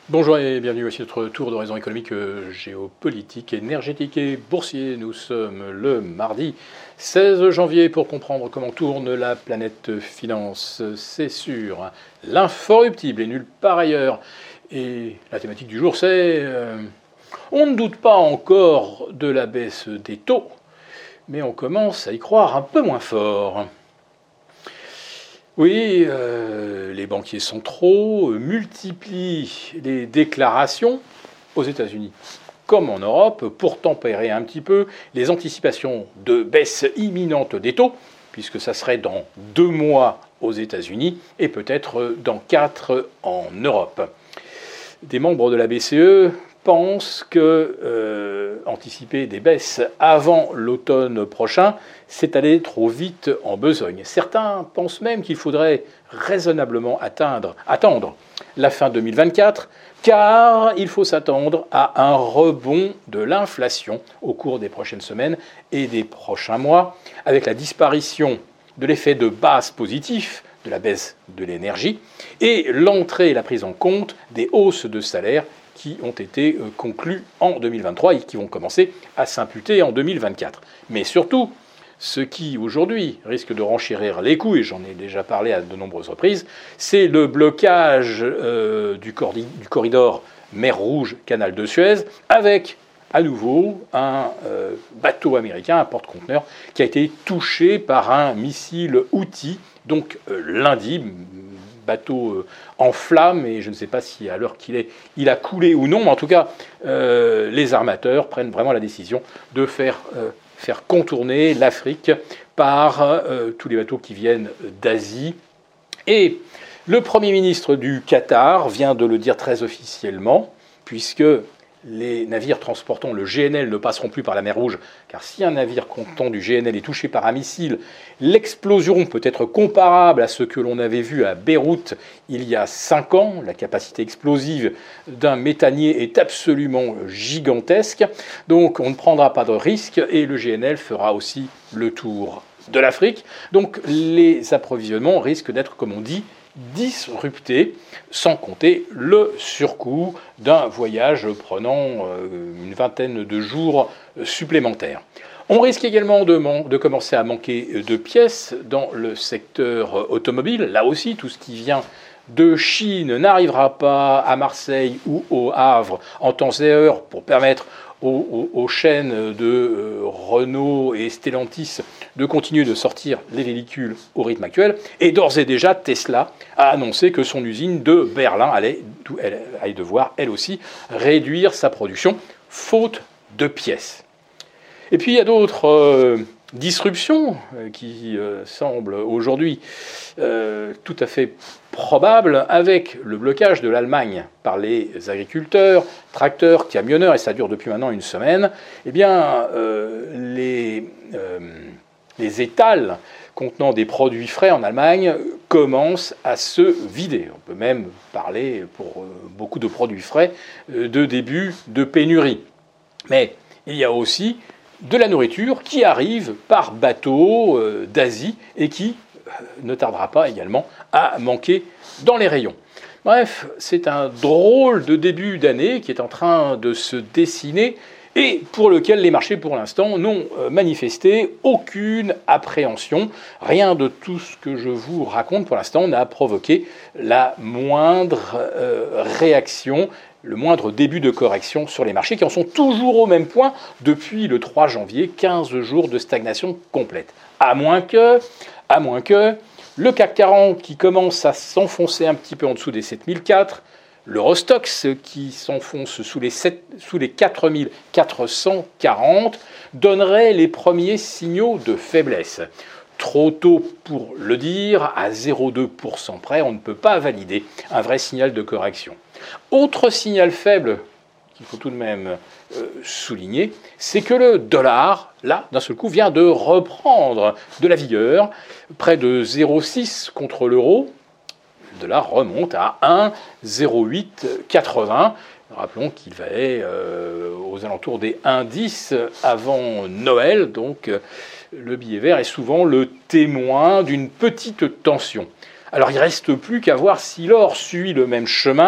Bonjour et bienvenue, voici notre tour d'horizon économique, géopolitique, énergétique et boursier. Nous sommes le mardi 16 janvier pour comprendre comment tourne la planète finance. C'est sûr, l'inforruptible et nulle part ailleurs. Et la thématique du jour, c'est on ne doute pas encore de la baisse des taux, mais on commence à y croire un peu moins fort. Oui, les banquiers centraux multiplient les déclarations aux États-Unis comme en Europe pour tempérer un petit peu les anticipations de baisse imminente des taux, puisque ça serait dans 2 mois aux États-Unis et peut-être dans 4 en Europe. Des membres de la BCE pensent que anticiper des baisses avant l'automne prochain, c'est aller trop vite en besogne. Certains pensent même qu'il faudrait raisonnablement attendre la fin 2024, car il faut s'attendre à un rebond de l'inflation au cours des prochaines semaines et des prochains mois, avec la disparition de l'effet de base positif de la baisse de l'énergie et l'entrée et la prise en compte des hausses de salaire qui ont été conclues en 2023 et qui vont commencer à s'imputer en 2024. Mais surtout, ce qui aujourd'hui risque de renchérir les coûts, et j'en ai déjà parlé à de nombreuses reprises, c'est le blocage du corridor mer Rouge-Canal de Suez, avec à nouveau un bateau américain, un porte-conteneur, qui a été touché par un missile Houthi, donc lundi, bateau en flammes, et je ne sais pas si à l'heure qu'il est, il a coulé ou non, mais en tout cas, les armateurs prennent vraiment la décision de faire contourner l'Afrique par tous les bateaux qui viennent d'Asie. Et le Premier ministre du Qatar vient de le dire très officiellement, puisque les navires transportant le GNL ne passeront plus par la mer Rouge, car si un navire contenant du GNL est touché par un missile, l'explosion peut être comparable à ce que l'on avait vu à Beyrouth il y a 5 ans. La capacité explosive d'un méthanier est absolument gigantesque, donc on ne prendra pas de risque et le GNL fera aussi le tour de l'Afrique. Donc les approvisionnements risquent d'être, comme on dit, disrupté, sans compter le surcoût d'un voyage prenant une vingtaine de jours supplémentaires. On risque également de commencer à manquer de pièces dans le secteur automobile. Là aussi, tout ce qui vient de Chine n'arrivera pas à Marseille ou au Havre en temps et heure pour permettre aux chaînes de Renault et Stellantis de continuer de sortir les véhicules au rythme actuel. Et d'ores et déjà, Tesla a annoncé que son usine de Berlin allait devoir, elle aussi, réduire sa production, faute de pièces. Et puis il y a d'autres disruptions qui semblent aujourd'hui tout à fait probables, avec le blocage de l'Allemagne par les agriculteurs, tracteurs, camionneurs, et ça dure depuis maintenant une semaine. Eh bien, les étals contenant des produits frais en Allemagne commencent à se vider. On peut même parler, pour beaucoup de produits frais, de début de pénurie. Mais il y a aussi de la nourriture qui arrive par bateau d'Asie et qui ne tardera pas également à manquer dans les rayons. Bref, c'est un drôle de début d'année qui est en train de se dessiner et pour lequel les marchés, pour l'instant, n'ont manifesté aucune appréhension. Rien de tout ce que je vous raconte, pour l'instant, n'a provoqué la moindre réaction, le moindre début de correction sur les marchés, qui en sont toujours au même point depuis le 3 janvier, 15 jours de stagnation complète. À moins que le CAC 40 qui commence à s'enfoncer un petit peu en dessous des 7004, l'Eurostoxx qui s'enfonce sous les 4440, donnerait les premiers signaux de faiblesse. Trop tôt pour le dire, à 0,2% près, on ne peut pas valider un vrai signal de correction. Autre signal faible qu'il faut tout de même souligner, c'est que le dollar, là, d'un seul coup, vient de reprendre de la vigueur, près de 0,6 contre l'euro. Le dollar remonte à 1,0880. Rappelons qu'il valait aux alentours des 1,10 avant Noël, donc le billet vert est souvent le témoin d'une petite tension. Alors il ne reste plus qu'à voir si l'or suit le même chemin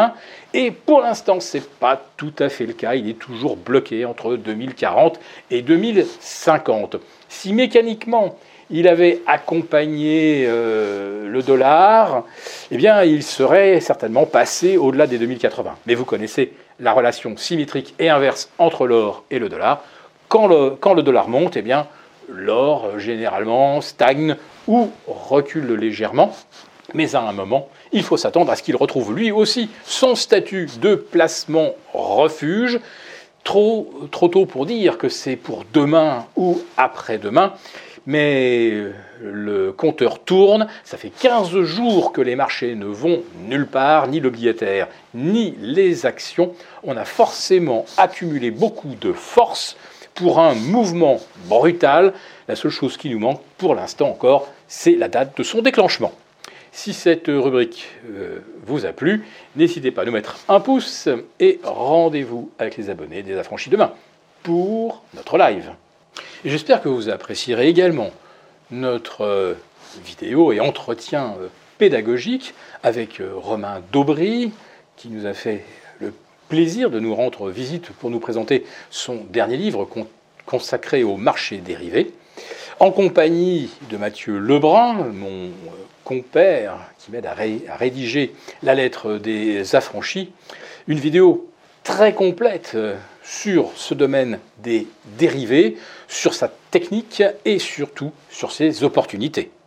Et pour l'instant, ce n'est pas tout à fait le cas. Il est toujours bloqué entre 2040 et 2050. Si mécaniquement, il avait accompagné le dollar, eh bien, il serait certainement passé au-delà des 2080. Mais vous connaissez la relation symétrique et inverse entre l'or et le dollar. Quand le dollar monte, eh bien, l'or, généralement, stagne ou recule légèrement. Mais à un moment, il faut s'attendre à ce qu'il retrouve lui aussi son statut de placement refuge. Trop tôt pour dire que c'est pour demain ou après-demain. Mais le compteur tourne, ça fait 15 jours que les marchés ne vont nulle part, ni l'obligataire, ni les actions. On a forcément accumulé beaucoup de force pour un mouvement brutal. La seule chose qui nous manque pour l'instant encore, c'est la date de son déclenchement. Si cette rubrique vous a plu, n'hésitez pas à nous mettre un pouce et rendez-vous avec les abonnés des Affranchis demain pour notre live. Et j'espère que vous apprécierez également notre vidéo et entretien pédagogique avec Romain Daubry, qui nous a fait le plaisir de nous rendre visite pour nous présenter son dernier livre consacré au marché dérivé, en compagnie de Mathieu Lebrun, mon compère qui m'aide à rédiger la lettre des Affranchis, une vidéo très complète sur ce domaine des dérivés, sur sa technique et surtout sur ses opportunités.